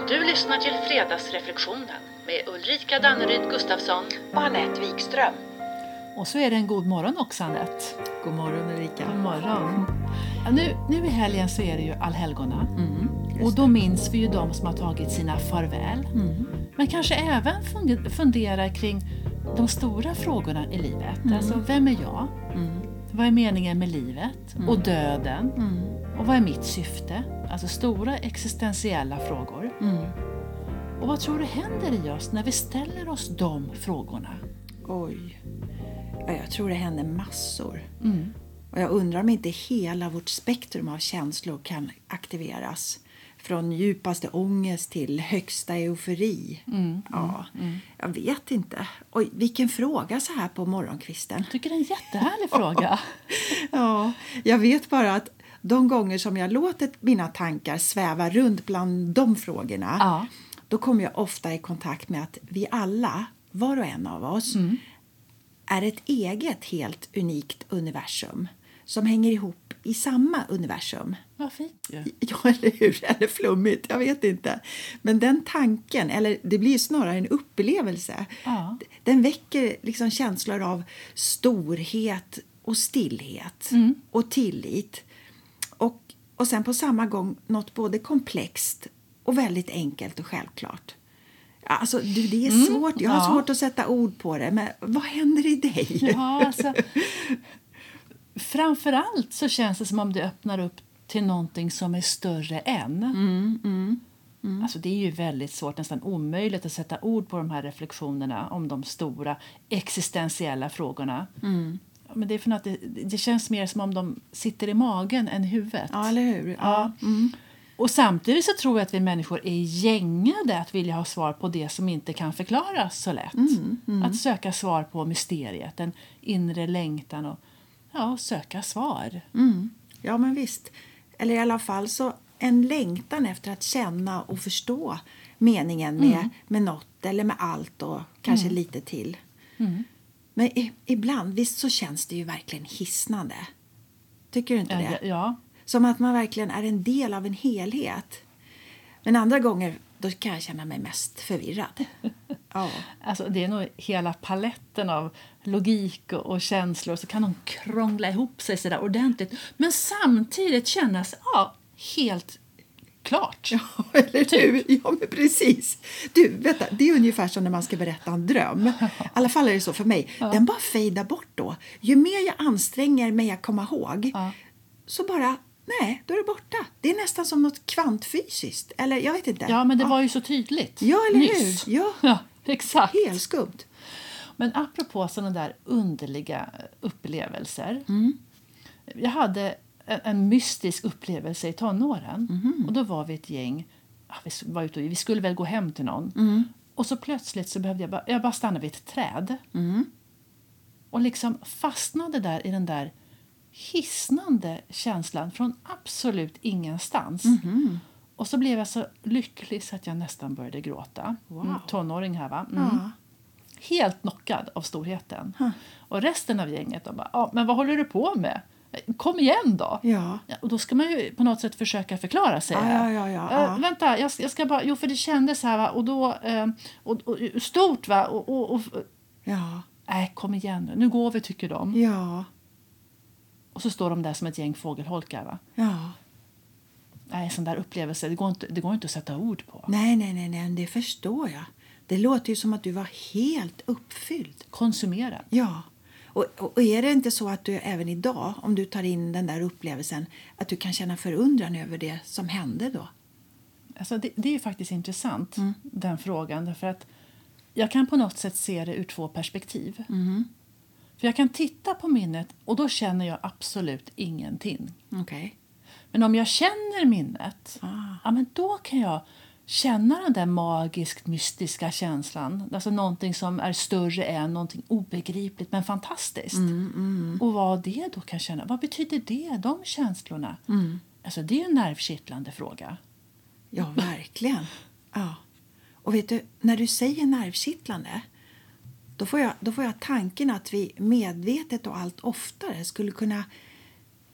Du lyssnar till Fredagsreflektionen med Ulrika Danneryd Gustafsson och Anette Wikström. Och så är det en god morgon också, Anette. God morgon, Ulrika. God morgon. Ja, nu i helgen så är det ju Allhelgona. Och då minns vi ju de som har tagit sina farväl. Men kanske även fundera kring de stora frågorna i livet. Alltså, vem är jag? Vad är meningen med livet? Och döden? Och vad är mitt syfte? Alltså stora existentiella frågor. Och vad tror du händer i oss när vi ställer oss de frågorna? Oj. Ja, jag tror det händer massor. Och jag undrar om inte hela vårt spektrum av känslor kan aktiveras. Från djupaste ångest till högsta eufori. Jag vet inte. Oj, vilken fråga så här på morgonkvisten. Jag tycker det är en jättehärlig fråga. Ja, jag vet bara att de gånger som jag låtit mina tankar sväva runt bland de frågorna. Då kommer jag ofta i kontakt med att vi alla, var och en av oss, är ett eget helt unikt universum. Som hänger ihop i samma universum. Vad fint. Ja, eller hur? Eller flummigt, jag vet inte. Men den tanken, eller det blir snarare en upplevelse. Den väcker liksom känslor av storhet och stillhet. Och tillit. Och sen på samma gång något både komplext och väldigt enkelt och självklart. Alltså, det är svårt. Jag har svårt att sätta ord på det. Men vad händer i dig? Ja, alltså... Framförallt så känns det som om det öppnar upp till någonting som är större än. Alltså det är ju väldigt svårt, nästan omöjligt att sätta ord på de här reflektionerna om de stora existentiella frågorna. Men det är för att det känns mer som om de sitter i magen än i huvudet. Ja, eller hur? Ja. Och samtidigt så tror jag att vi människor är gängade att vilja ha svar på det som inte kan förklaras så lätt. Att söka svar på mysteriet, en inre längtan och söka svar. Ja, men visst. Eller i alla fall så en längtan efter att känna och förstå meningen med något eller med allt och kanske lite till. Men ibland, visst så känns det ju verkligen hisnande. Tycker du inte det? Ja. Som att man verkligen är en del av en helhet. Men andra gånger då kan jag känna mig mest förvirrad. Alltså det är nog hela paletten av logik och känslor. Så kan de krångla ihop sig så där ordentligt. Men samtidigt kännas helt klart. Ja, eller hur? Ja, men precis. Du, vet du, det är ungefär som när man ska berätta en dröm. I alla fall är det så för mig. Den bara fejdar bort då. Ju mer jag anstränger mig att komma ihåg så bara... Nej, då är det borta. Det är nästan som något kvantfysiskt. Eller jag vet inte. Ja, men det var ju så tydligt. Ja, eller nyss. hur? Ja, exakt. Helt skumt. Men apropå sådana där underliga upplevelser. Jag hade en mystisk upplevelse i tonåren. Och då var vi ett gäng. Vi skulle väl gå hem till någon. Och så plötsligt så behövde jag bara stanna vid ett träd. Och liksom fastnade där i den där hisnande känslan från absolut ingenstans. Och så blev jag så lycklig så att jag nästan började gråta. Tonåring här, va? Helt knockad av storheten. Och resten av gänget de bara, men vad håller du på med? Kom igen då. Ja, och då ska man ju på något sätt försöka förklara sig. Vänta, jag ska bara, för det kändes här, va? Och då och stort, va? Nej, kom igen nu går vi, tycker de. Ja. Och så står de där som ett gäng fågelholkar, va? Ja. Nej, sån där upplevelse, det går inte att sätta ord på. Nej, det förstår jag. Det låter ju som att du var helt uppfylld. Konsumerad. Ja. Och är det inte så att du även idag, om du tar in den där upplevelsen, att du kan känna förundran över det som hände då? Alltså det är ju faktiskt intressant, den frågan. Därför att jag kan på något sätt se det ur två perspektiv. För jag kan titta på minnet och då känner jag absolut ingenting. Okay. Men om jag känner minnet, men då kan jag känna den där magiskt mystiska känslan. Alltså någonting som är större än, någonting obegripligt men fantastiskt. Och vad det då kan känna, vad betyder det, de känslorna? Alltså det är en nervkittlande fråga. Ja, verkligen. Ja. Och vet du, när du säger nervkittlande, då får jag tanken att vi medvetet och allt oftare skulle kunna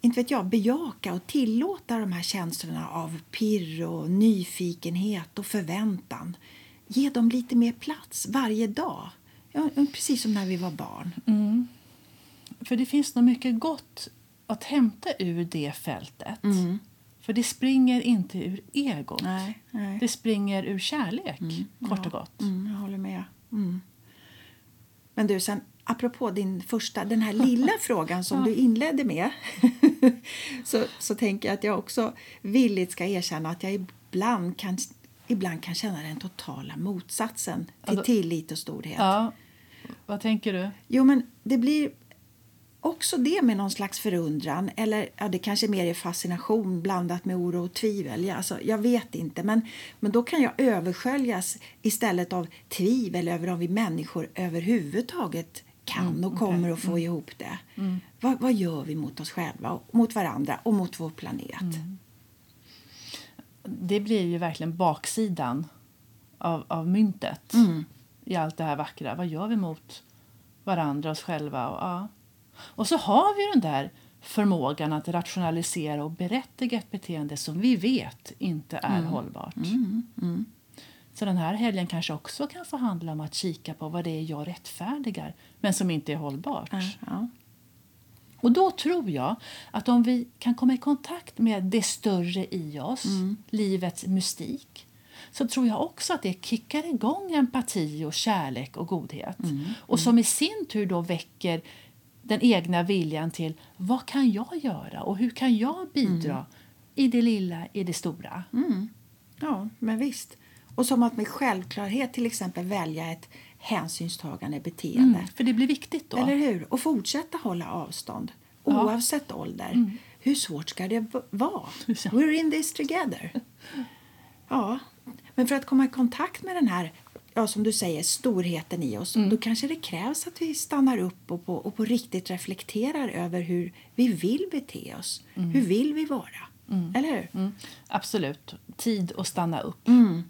inte vet jag, bejaka och tillåta de här känslorna av pirr och nyfikenhet och förväntan. Ge dem lite mer plats varje dag. Ja, precis som när vi var barn. Mm. För det finns nog mycket gott att hämta ur det fältet. Mm. För det springer inte ur egot. Nej. Det springer ur kärlek, kort och gott. Jag håller med. Men du, sen apropå den här lilla frågan som du inledde med så tänker jag att jag också villigt ska erkänna att jag ibland kan känna den totala motsatsen till tillit och storhet. Ja, vad tänker du? Jo, men det blir också det med någon slags förundran, eller det kanske mer är fascination blandat med oro och tvivel. Jag vet inte, men då kan jag översköljas istället av tvivel över om vi människor överhuvudtaget kan och kommer att få ihop det. Vad gör vi mot oss själva, mot varandra och mot vår planet? Det blir ju verkligen baksidan av myntet i allt det här vackra. Vad gör vi mot varandra, oss själva? Och så har vi den där förmågan att rationalisera och berättiga ett beteende som vi vet inte är hållbart. Så den här helgen kanske också kan få handla om att kika på vad det är jag rättfärdigar men som inte är hållbart. Och då tror jag att om vi kan komma i kontakt med det större i oss, livets mystik, så tror jag också att det kickar igång empati och kärlek och godhet. Och som i sin tur då väcker den egna viljan till vad kan jag göra och hur kan jag bidra i det lilla, i det stora. Ja, men visst. Och som att med självklarhet till exempel välja ett hänsynstagande beteende. För det blir viktigt då. Eller hur? Och fortsätta hålla avstånd. Oavsett ålder. Hur svårt ska det vara? We're in this together. Ja, men för att komma i kontakt med den här, som du säger, storheten i oss, då kanske det krävs att vi stannar upp och på riktigt reflekterar över hur vi vill bete oss. Hur vill vi vara? Eller hur? Absolut. Tid att stanna upp.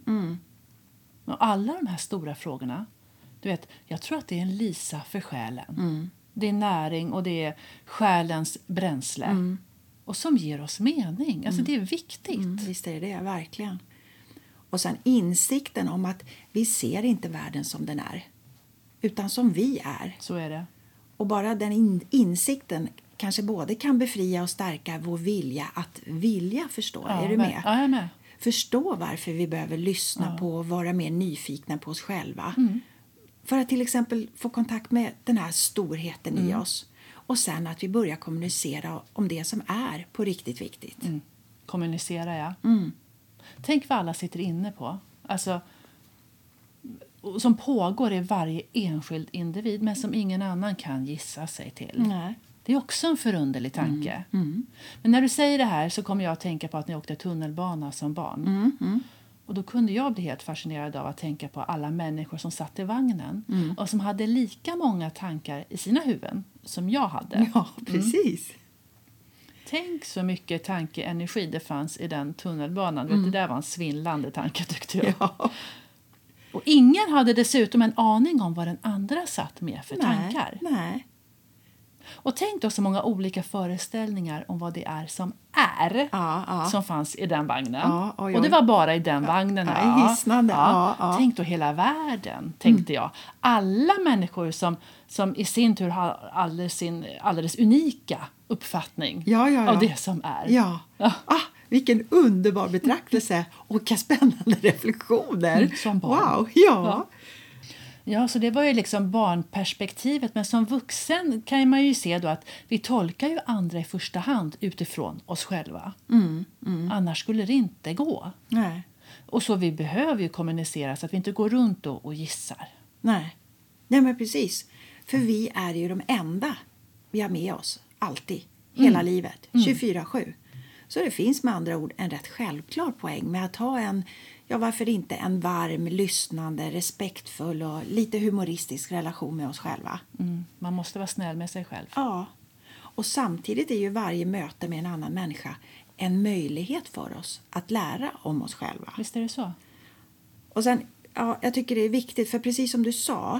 Och alla de här stora frågorna, du vet, jag tror att det är en lisa för själen. Det är näring och det är själens bränsle. Och som ger oss mening. Alltså det är viktigt. Visst är det, verkligen. Och sen insikten om att vi ser inte världen som den är, utan som vi är. Så är det. Och bara den insikten kanske både kan befria och stärka vår vilja att vilja förstå. Är du med? Ja, jag är med. Förstå varför vi behöver lyssna på och vara mer nyfikna på oss själva. För att till exempel få kontakt med den här storheten i oss. Och sen att vi börjar kommunicera om det som är på riktigt viktigt. Kommunicera, ja. Tänk vad alla sitter inne på. Alltså, som pågår i varje enskild individ men som ingen annan kan gissa sig till. Nej. Det är också en förunderlig tanke. Men när du säger det här så kommer jag att tänka på att när jag åkte tunnelbana som barn. Och då kunde jag bli helt fascinerad av att tänka på alla människor som satt i vagnen. Och som hade lika många tankar i sina huvuden som jag hade. Ja, precis. Tänk så mycket tankeenergi det fanns i den tunnelbanan. Det där var en svindlande tanke tyckte jag. Ja. Och ingen hade dessutom en aning om vad den andra satt med för tankar. Nej. Och tänk då så många olika föreställningar om vad det är som är som fanns i den vagnen. Och det var bara i den vagnen. Hisnande. Tänk då hela världen, tänkte jag. Alla människor som i sin tur har alldeles unika uppfattning av det som är. Vilken underbar betraktelse och vilka spännande reflektioner. Som barn. Wow, Ja, så det var ju liksom barnperspektivet. Men som vuxen kan man ju se då att vi tolkar ju andra i första hand utifrån oss själva. Annars skulle det inte gå. Nej. Och så vi behöver ju kommunicera så att vi inte går runt och gissar. Nej, men precis. För vi är ju de enda vi har med oss alltid, hela livet, 24/7. Så det finns med andra ord en rätt självklar poäng med att ha varför inte en varm, lyssnande, respektfull och lite humoristisk relation med oss själva. Man måste vara snäll med sig själv. Ja, och samtidigt är ju varje möte med en annan människa en möjlighet för oss att lära om oss själva. Visst är det så? Och sen, jag tycker det är viktigt, för precis som du sa,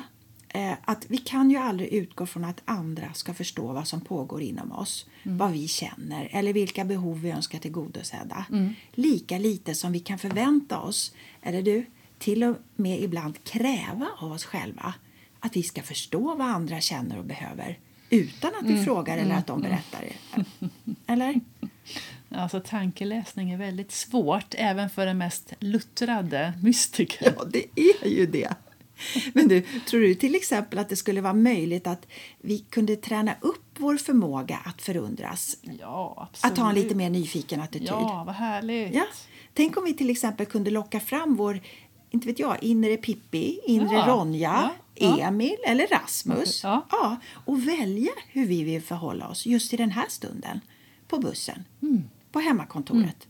att vi kan ju aldrig utgå från att andra ska förstå vad som pågår inom oss. Vad vi känner eller vilka behov vi önskar tillgodosedda. Lika lite som vi kan förvänta oss, eller till och med ibland kräva av oss själva att vi ska förstå vad andra känner och behöver utan att vi frågar eller att de berättar det. Eller? Alltså tankeläsning är väldigt svårt även för den mest luttrade mystiker. Ja, det är ju det. Men tror du till exempel att det skulle vara möjligt att vi kunde träna upp vår förmåga att förundras? Ja, absolut. Att ha en lite mer nyfiken attityd. Ja, vad härligt. Ja. Tänk om vi till exempel kunde locka fram vår, inte vet jag, inre Pippi, inre Ronja, Emil eller Rasmus. Ja, och välja hur vi vill förhålla oss just i den här stunden. På bussen, på hemmakontoret.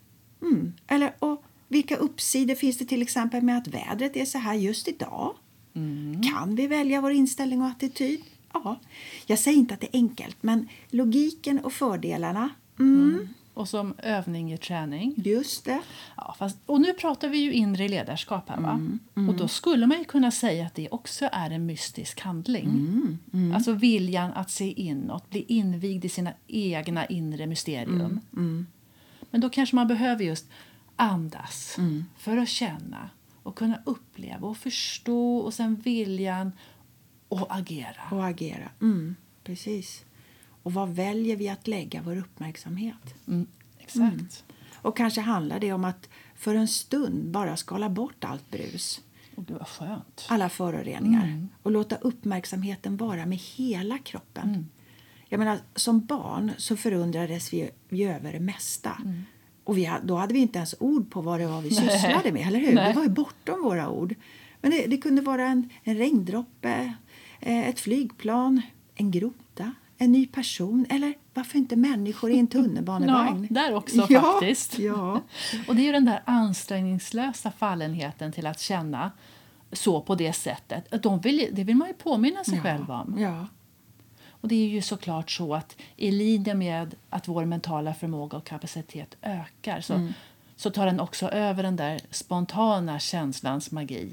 Eller, och vilka uppsidor finns det till exempel med att vädret är så här just idag? Kan vi välja vår inställning och attityd? Ja, jag säger inte att det är enkelt, men logiken och fördelarna. Och som övning i träning. Just det. Ja, och nu pratar vi ju inre ledarskap här, va? Och då skulle man ju kunna säga att det också är en mystisk handling. Alltså viljan att se inåt, bli invigd i sina egna inre mysterium. Men då kanske man behöver just andas för att känna och kunna uppleva och förstå och sen viljan att agera. Och agera, precis. Och vad väljer vi att lägga vår uppmärksamhet? Exakt. Och kanske handlar det om att för en stund bara skala bort allt brus. Och det var skönt. Alla föroreningar. Och låta uppmärksamheten vara med hela kroppen. Jag menar, som barn så förundrades vi över det mesta. Och då hade vi inte ens ord på vad det var vi sysslade med, eller hur? Nej. Det var ju bortom våra ord. Men det kunde vara en regndroppe, ett flygplan, en groda, en ny person eller varför inte människor i en tunnelbanevagn? Ja, där också faktiskt. Ja. Och det är ju den där ansträngningslösa fallenheten till att känna så på det sättet. Det vill man ju påminna sig själv om. Ja. Och det är ju såklart så att i linje med att vår mentala förmåga och kapacitet ökar så tar den också över den där spontana känslans magi.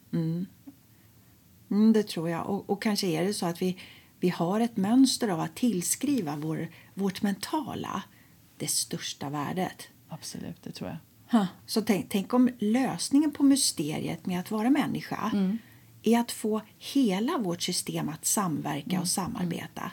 Det tror jag. Och kanske är det så att vi har ett mönster av att tillskriva vårt mentala det största värdet. Absolut, det tror jag. Så tänk om lösningen på mysteriet med att vara människa är att få hela vårt system att samverka och samarbeta.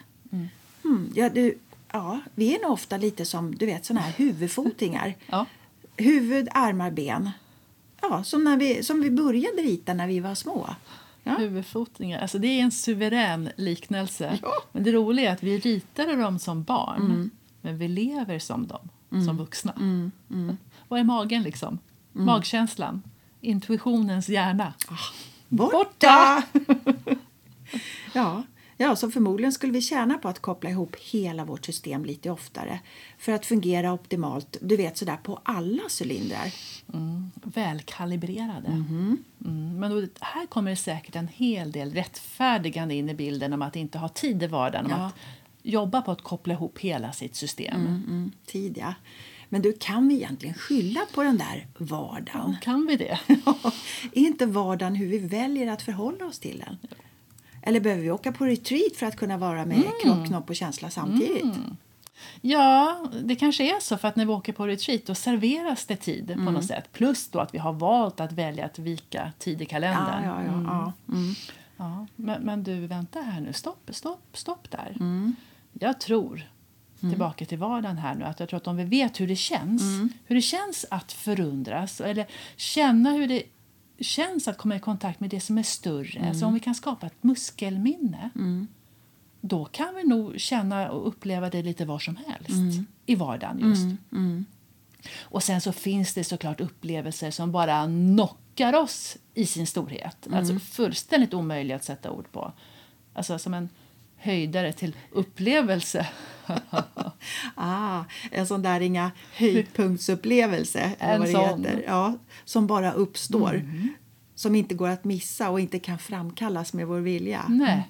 Vi är nog ofta lite som såna här huvudfotingar. Huvud, armar, ben. Ja, som vi började rita när vi var små. Ja. Huvudfotningar. Alltså det är en suverän liknelse. Ja. Men det roliga är att vi ritade dem som barn. Men vi lever som dem. Som vuxna. Vad är magen liksom? Magkänslan. Intuitionens hjärna. Borta! Ja, så förmodligen skulle vi tjäna på att koppla ihop hela vårt system lite oftare. För att fungera optimalt, sådär på alla cylindrar. Välkalibrerade. Men då, här kommer det säkert en hel del rättfärdigande in i bilden om att inte ha tid i vardagen. Om att jobba på att koppla ihop hela sitt system. Tid, ja. Men kan vi egentligen skylla på den där vardagen? Ja, kan vi det? Är inte vardagen hur vi väljer att förhålla oss till den? Ja. Eller behöver vi åka på retreat för att kunna vara med kropp, knopp och känsla samtidigt? Ja, det kanske är så, för att när vi åker på retreat då serveras det tid på något sätt. Plus då att vi har valt att välja att vika tid i kalendern. Ja, men du, vänta här nu. Stopp där. Jag tror, tillbaka till vardagen här nu, att jag tror att om vi vet hur det känns att förundras eller känna hur det känns att komma i kontakt med det som är större. Så om vi kan skapa ett muskelminne då kan vi nog känna och uppleva det lite var som helst i vardagen just. Och sen så finns det såklart upplevelser som bara knockar oss i sin storhet. Alltså fullständigt omöjligt att sätta ord på. Alltså som en höjdare till upplevelse. En sån där inga höjdpunktsupplevelse. En vad det sån. heter. Ja, som bara uppstår. Som inte går att missa och inte kan framkallas med vår vilja. Nej.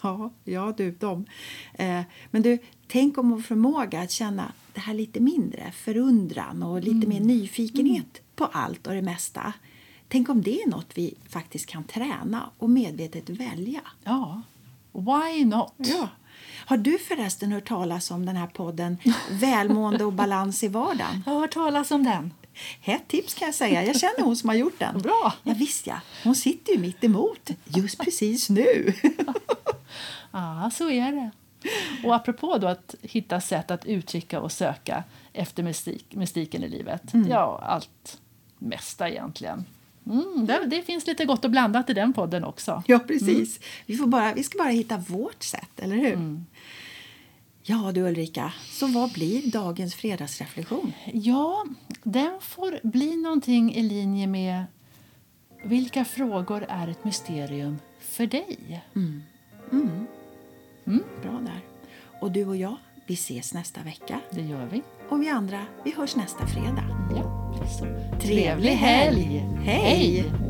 Men du, tänk om vår förmåga att känna det här lite mindre förundran och lite mer nyfikenhet på allt och det mesta. Tänk om det är något vi faktiskt kan träna och medvetet välja. Ja, why not? Ja. Har du förresten hört talas om den här podden Välmående och balans i vardagen? Jag har hört talas om den. Ett tips kan jag säga. Jag känner hon som har gjort den. Bra. Ja, visst ja. Hon sitter ju mitt emot just precis nu. Ja, så är det. Och apropå då att hitta sätt att uttrycka och söka efter mystiken i livet. Ja, allt mesta egentligen. Det finns lite gott och blandat i den podden också. Ja, precis. Vi ska bara hitta vårt sätt, eller hur? Ja, du Ulrika. Så vad blir dagens fredagsreflektion? Ja, den får bli någonting i linje med vilka frågor är ett mysterium för dig? Bra där. Och du och jag, vi ses nästa vecka. Det gör vi. Och vi andra, vi hörs nästa fredag. Ja, så. Trevlig helg! Hej!